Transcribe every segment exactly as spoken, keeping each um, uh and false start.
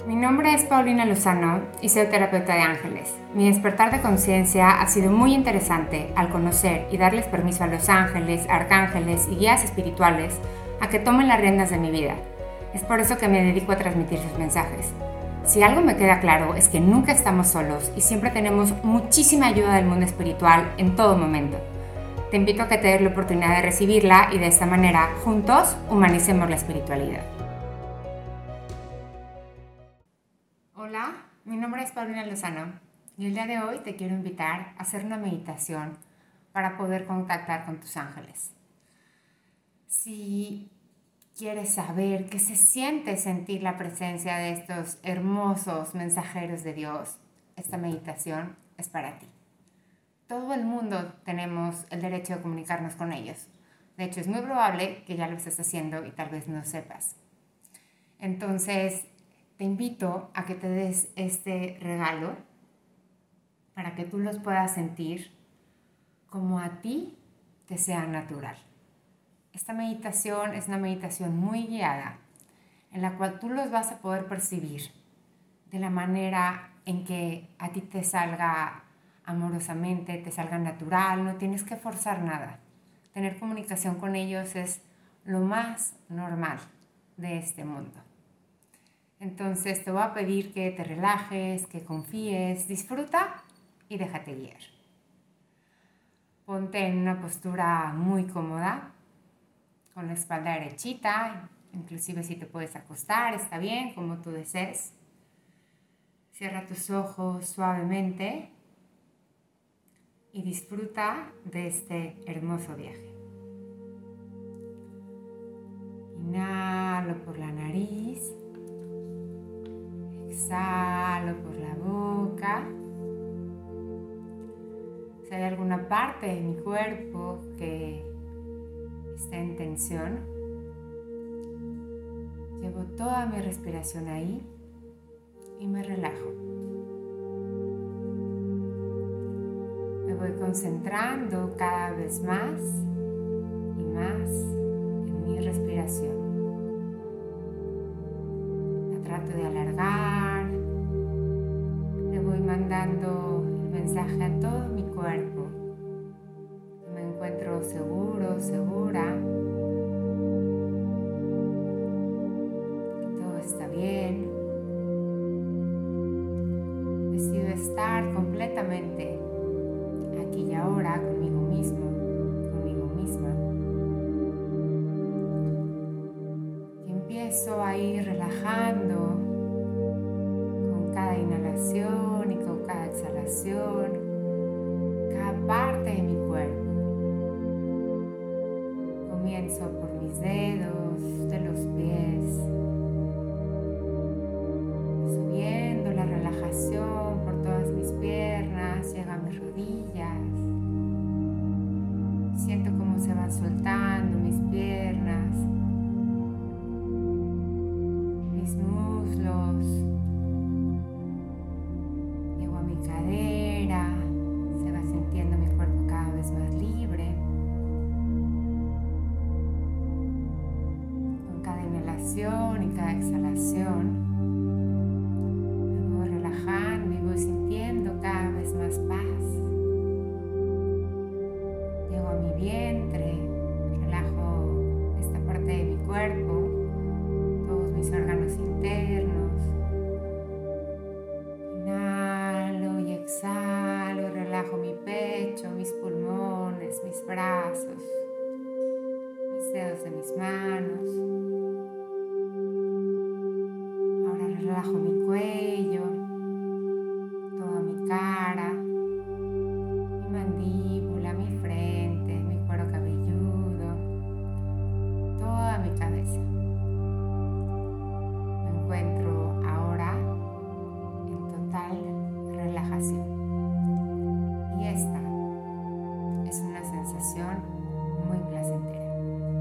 Mi nombre es Paulina Lozano y soy terapeuta de ángeles. Mi despertar de conciencia ha sido muy interesante al conocer y darles permiso a los ángeles, arcángeles y guías espirituales a que tomen las riendas de mi vida. Es por eso que me dedico a transmitir sus mensajes. Si algo me queda claro es que nunca estamos solos y siempre tenemos muchísima ayuda del mundo espiritual en todo momento. Te invito a que te des la oportunidad de recibirla y de esta manera, juntos, humanicemos la espiritualidad. Hola, mi nombre es Paulina Lozano y el día de hoy te quiero invitar a hacer una meditación para poder contactar con tus ángeles. Si quieres saber qué se siente sentir la presencia de estos hermosos mensajeros de Dios, esta meditación es para ti. Todo el mundo tenemos el derecho de comunicarnos con ellos. De hecho, es muy probable que ya lo estés haciendo y tal vez no sepas. Entonces, te invito a que te des este regalo para que tú los puedas sentir como a ti te sea natural. Esta meditación es una meditación muy guiada en la cual tú los vas a poder percibir de la manera en que a ti te salga amorosamente, te salga natural, no tienes que forzar nada. Tener comunicación con ellos es lo más normal de este mundo. Entonces te voy a pedir que te relajes, que confíes, disfruta y déjate guiar. Ponte en una postura muy cómoda, con la espalda derechita, inclusive si te puedes acostar, está bien, como tú desees. Cierra tus ojos suavemente y disfruta de este hermoso viaje. Inhalo por la nariz. Exhalo por la boca. Si hay alguna parte de mi cuerpo que está en tensión, llevo toda mi respiración ahí y me relajo. Me voy concentrando cada vez más y más en mi respiración. La trato de alargar. Le voy mandando el mensaje a todo mi cuerpo que me encuentro seguro, segura, que todo está bien. Decido estar completamente aquí y ahora conmigo mismo, conmigo misma. Y empiezo a ir relajando cada inhalación y con cada exhalación, cada parte de mi cuerpo. Comienzo por mis dedos de los pies, subiendo la relajación por todas mis piernas, llega a mis rodillas. Siento cómo se van soltando mis piernas, mis muslos. Cadera, se va sintiendo mi cuerpo cada vez más libre. Con cada inhalación y cada exhalación me voy relajando y voy sintiendo cada vez más paz. Llego a mi vientre, relajo esta parte de mi cuerpo, todos mis órganos internos. Exhalo, relajo mi pecho, mis pulmones, mis brazos, mis dedos de mis manos. Ahora relajo mi cuello, toda mi cara, mi mandíbula, mi frente, mi cuero cabelludo, toda mi cabeza. Me encuentro ahora en total relajación. Y esta es una sensación muy placentera.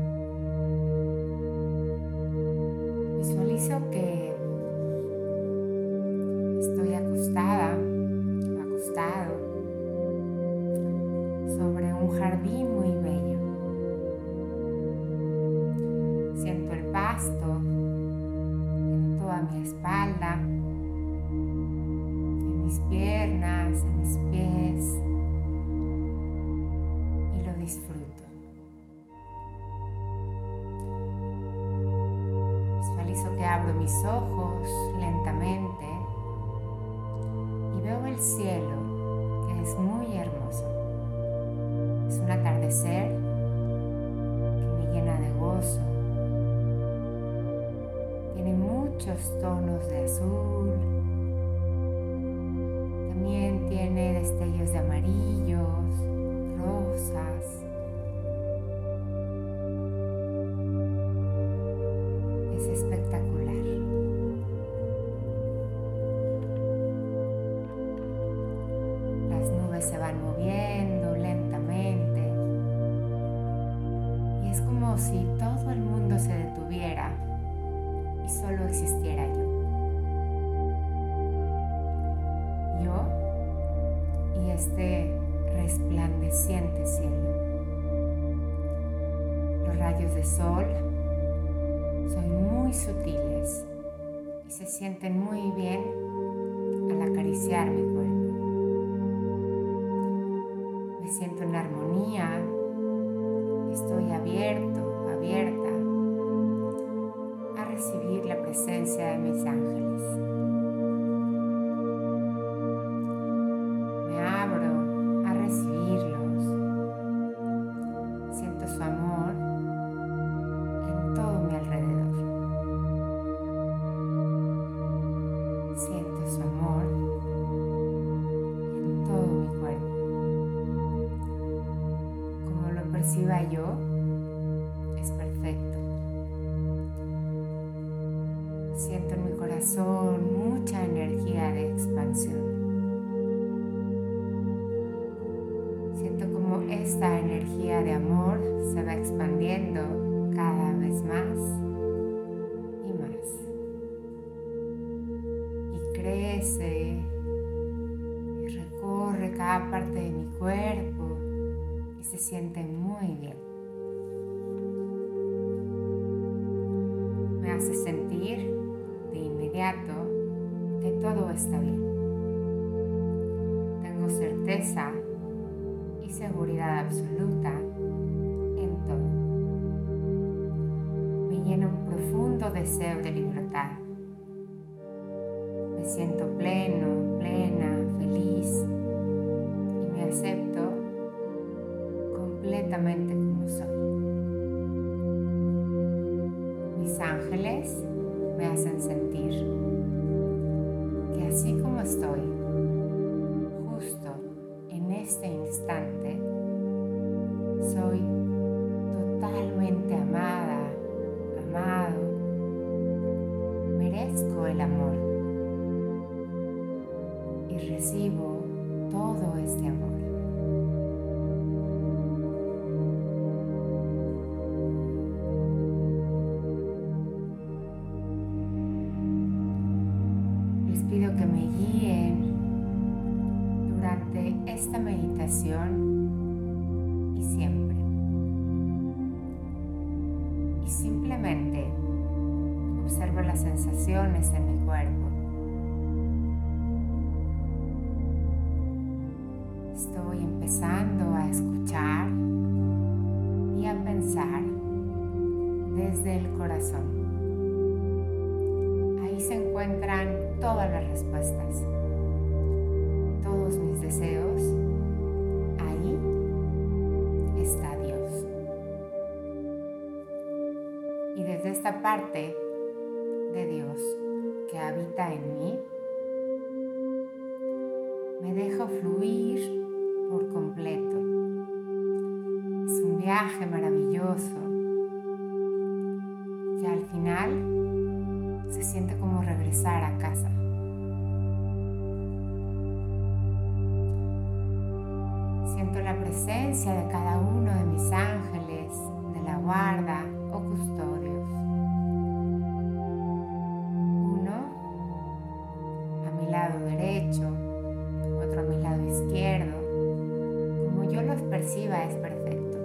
Visualizo que estoy acostada, acostado, sobre un jardín muy bello. Siento el pasto en toda mi espalda, en mis piernas, en mis pies, y lo disfruto. Visualizo que abro mis ojos lentamente y veo el cielo, que es muy hermoso. Es un atardecer que me llena de gozo. Tiene muchos tonos de azul. También tiene destellos de amarillos, rosas. Es espectacular. Las nubes se van moviendo lentamente y es como si todo el mundo se detuviera y solo existiera yo. Yo y este resplandeciente cielo. Los rayos de sol son muy sutiles y se sienten muy bien al acariciar mi cuerpo. Me siento en armonía, estoy abierto, abierta a recibir la presencia de mis ángeles. Me abro a recibirlos. Siento su amor en todo mi alrededor. Siento su amor en todo mi cuerpo. Como lo perciba yo, es perfecto. Siento en mi corazón mucha energía de expansión. Siento como esta energía de amor se va expandiendo cada vez más y más. Y crece y recorre cada parte de mi cuerpo y se siente muy bien. Me hace sentir de inmediato que todo está bien. Tengo certeza y seguridad absoluta en todo. Me llena un profundo deseo de libertad. Me siento pleno, plena, feliz y me acepto completamente como soy. Mis ángeles me hacen sentir que así como estoy, justo en este instante, soy totalmente amada, amado. Merezco el amor y recibo todo este amor. Les pido que me guíen durante esta meditación y siempre. Y simplemente observo las sensaciones en mi cuerpo. Estoy empezando a escuchar y a pensar desde el corazón. Ahí se encuentran todas las respuestas, todos mis deseos. Ahí está Dios. Y desde esta parte de Dios que habita en mí, me dejo fluir por completo. Es un viaje maravilloso que al final se siente como regresar a casa. Siento la presencia de cada uno de mis ángeles, de la guarda o custodios. Uno a mi lado derecho, otro a mi lado izquierdo. Como yo los perciba es perfecto.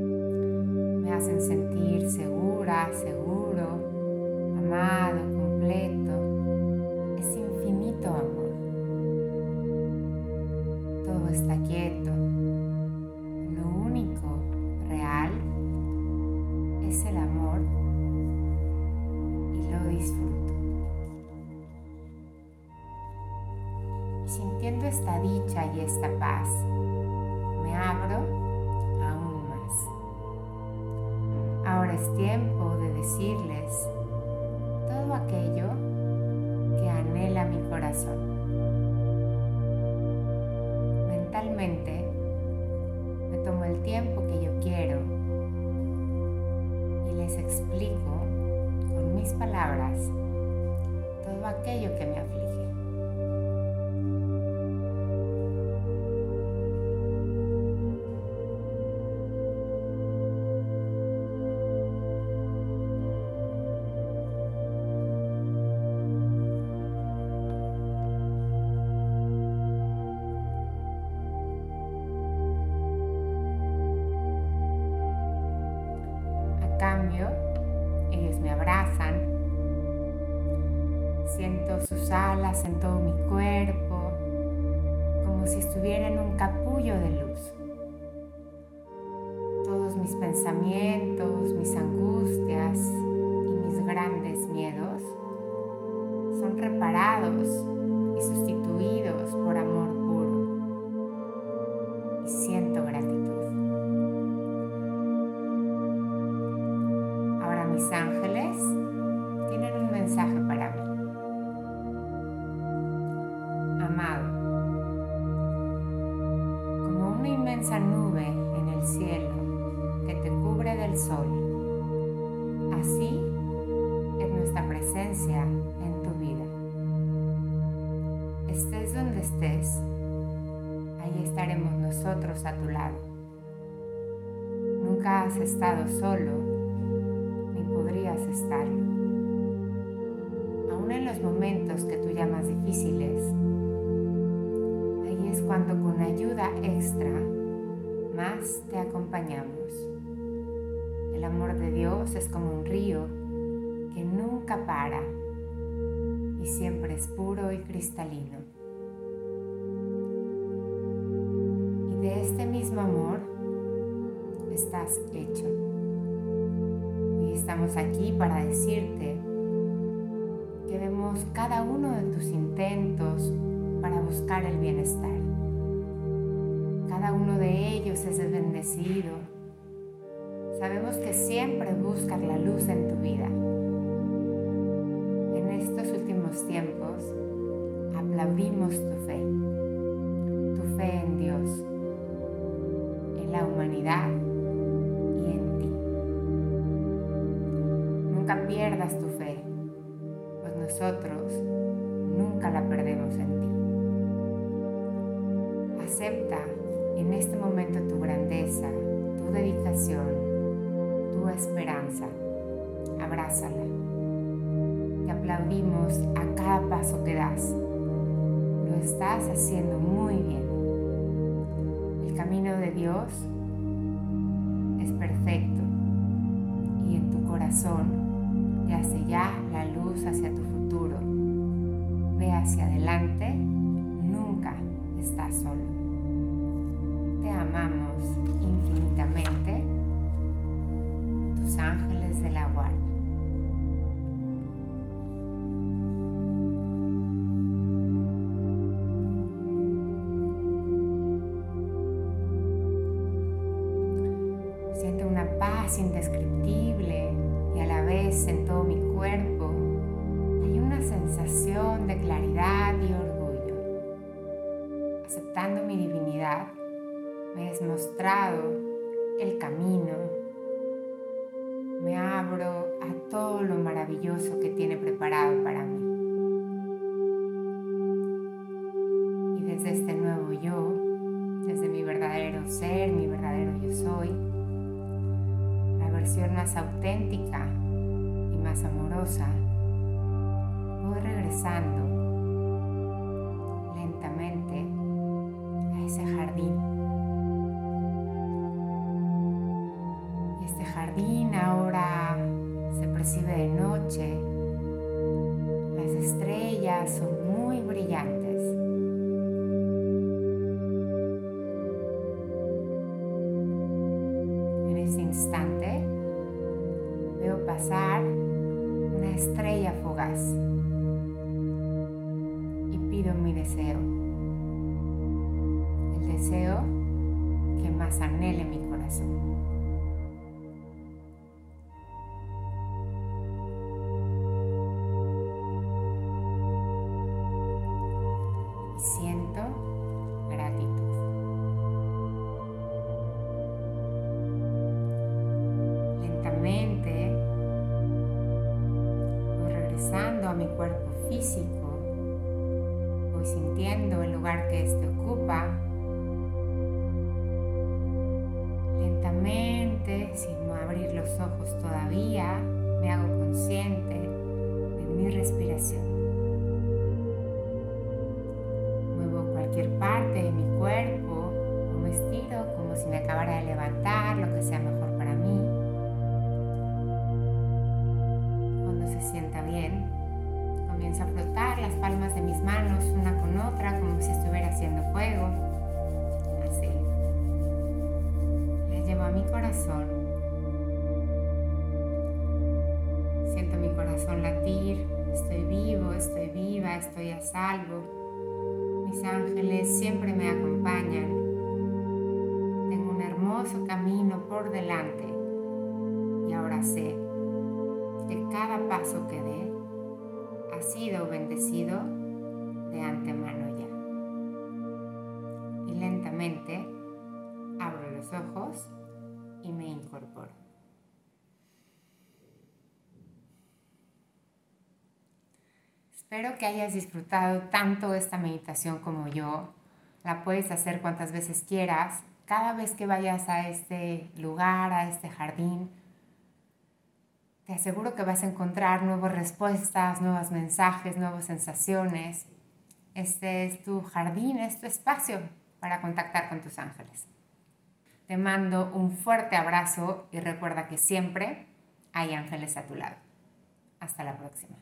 Me hacen sentir segura, seguro, amado, completo. el amor y lo disfruto. Y sintiendo esta dicha y esta paz, me abro aún más. Ahora es tiempo de decirles todo aquello que anhela mi corazón. Mentalmente me tomo el tiempo que yo quiero y les explico con mis palabras todo aquello que me aflige. Cambio, ellos me abrazan, siento sus alas en todo mi cuerpo, como si estuviera en un capullo de luz. Todos mis pensamientos, mis angustias y mis grandes miedos son reparados y sustituidos por amor puro. Y siento gratitud. Mis ángeles tienen un mensaje para mí. Amado, como una inmensa nube en el cielo que te cubre del sol, así es nuestra presencia en tu vida. Estés donde estés, ahí estaremos nosotros a tu lado. Nunca has estado solo, podrías estarlo. Aún en los momentos que tú llamas difíciles, ahí es cuando con ayuda extra más te acompañamos. El amor de Dios es como un río que nunca para y siempre es puro y cristalino. Y de este mismo amor estás hecho. Estamos aquí para decirte que vemos cada uno de tus intentos para buscar el bienestar. Cada uno de ellos es bendecido. Sabemos que siempre buscas la luz en tu vida. En estos últimos tiempos aplaudimos tu fe, tu fe en Dios, en la humanidad. Nunca pierdas tu fe, pues nosotros nunca la perdemos en ti. Acepta en este momento tu grandeza, tu dedicación, tu esperanza. Abrázala. Te aplaudimos a cada paso que das. Lo estás haciendo muy bien. El camino de Dios es perfecto y en tu corazón hace ya la luz hacia tu futuro. Ve hacia adelante, nunca estás solo. Te amamos infinitamente, tus ángeles de la guarda. Siento una paz indescriptible y a la vez en todo mi cuerpo hay una sensación de claridad y orgullo. Aceptando mi divinidad, me has mostrado el camino, me abro a todo lo maravilloso que tiene preparado para mí. Y desde este nuevo yo, desde mi verdadero ser, mi verdadero yo soy, versión más auténtica y más amorosa, voy regresando lentamente a ese jardín. Y este jardín ahora se percibe de noche, las estrellas son muy brillantes. En ese instante pasar una estrella fugaz y pido mi deseo, el deseo que más anhele mi corazón. Siento gratitud. Lentamente voy regresando a mi cuerpo físico, voy sintiendo el lugar que éste ocupa. Lentamente, sin no abrir los ojos todavía, me hago consciente de mi respiración. Cualquier parte de mi cuerpo, o me estiro como si me acabara de levantar, lo que sea mejor para mí. Cuando se sienta bien, comienzo a frotar las palmas de mis manos una con otra como si estuviera haciendo fuego. Así. Las llevo a mi corazón. Siento mi corazón latir. Estoy vivo, estoy viva, estoy a salvo. Mis ángeles siempre me acompañan. Tengo un hermoso camino por delante y ahora sé que cada paso que dé ha sido bendecido de antemano ya. Y lentamente abro los ojos y me incorporo. Espero que hayas disfrutado tanto esta meditación como yo. La puedes hacer cuantas veces quieras. Cada vez que vayas a este lugar, a este jardín, te aseguro que vas a encontrar nuevas respuestas, nuevos mensajes, nuevas sensaciones. Este es tu jardín, es tu espacio para contactar con tus ángeles. Te mando un fuerte abrazo y recuerda que siempre hay ángeles a tu lado. Hasta la próxima.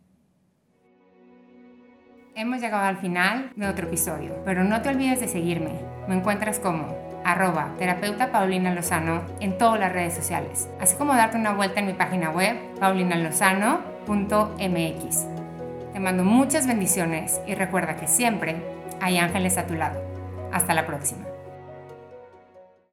Hemos llegado al final de otro episodio, pero no te olvides de seguirme. Me encuentras como arroba terapeuta Paulina Lozano en todas las redes sociales, así como darte una vuelta en mi página web paulina lozano punto m x. Te mando muchas bendiciones y recuerda que siempre hay ángeles a tu lado. Hasta la próxima.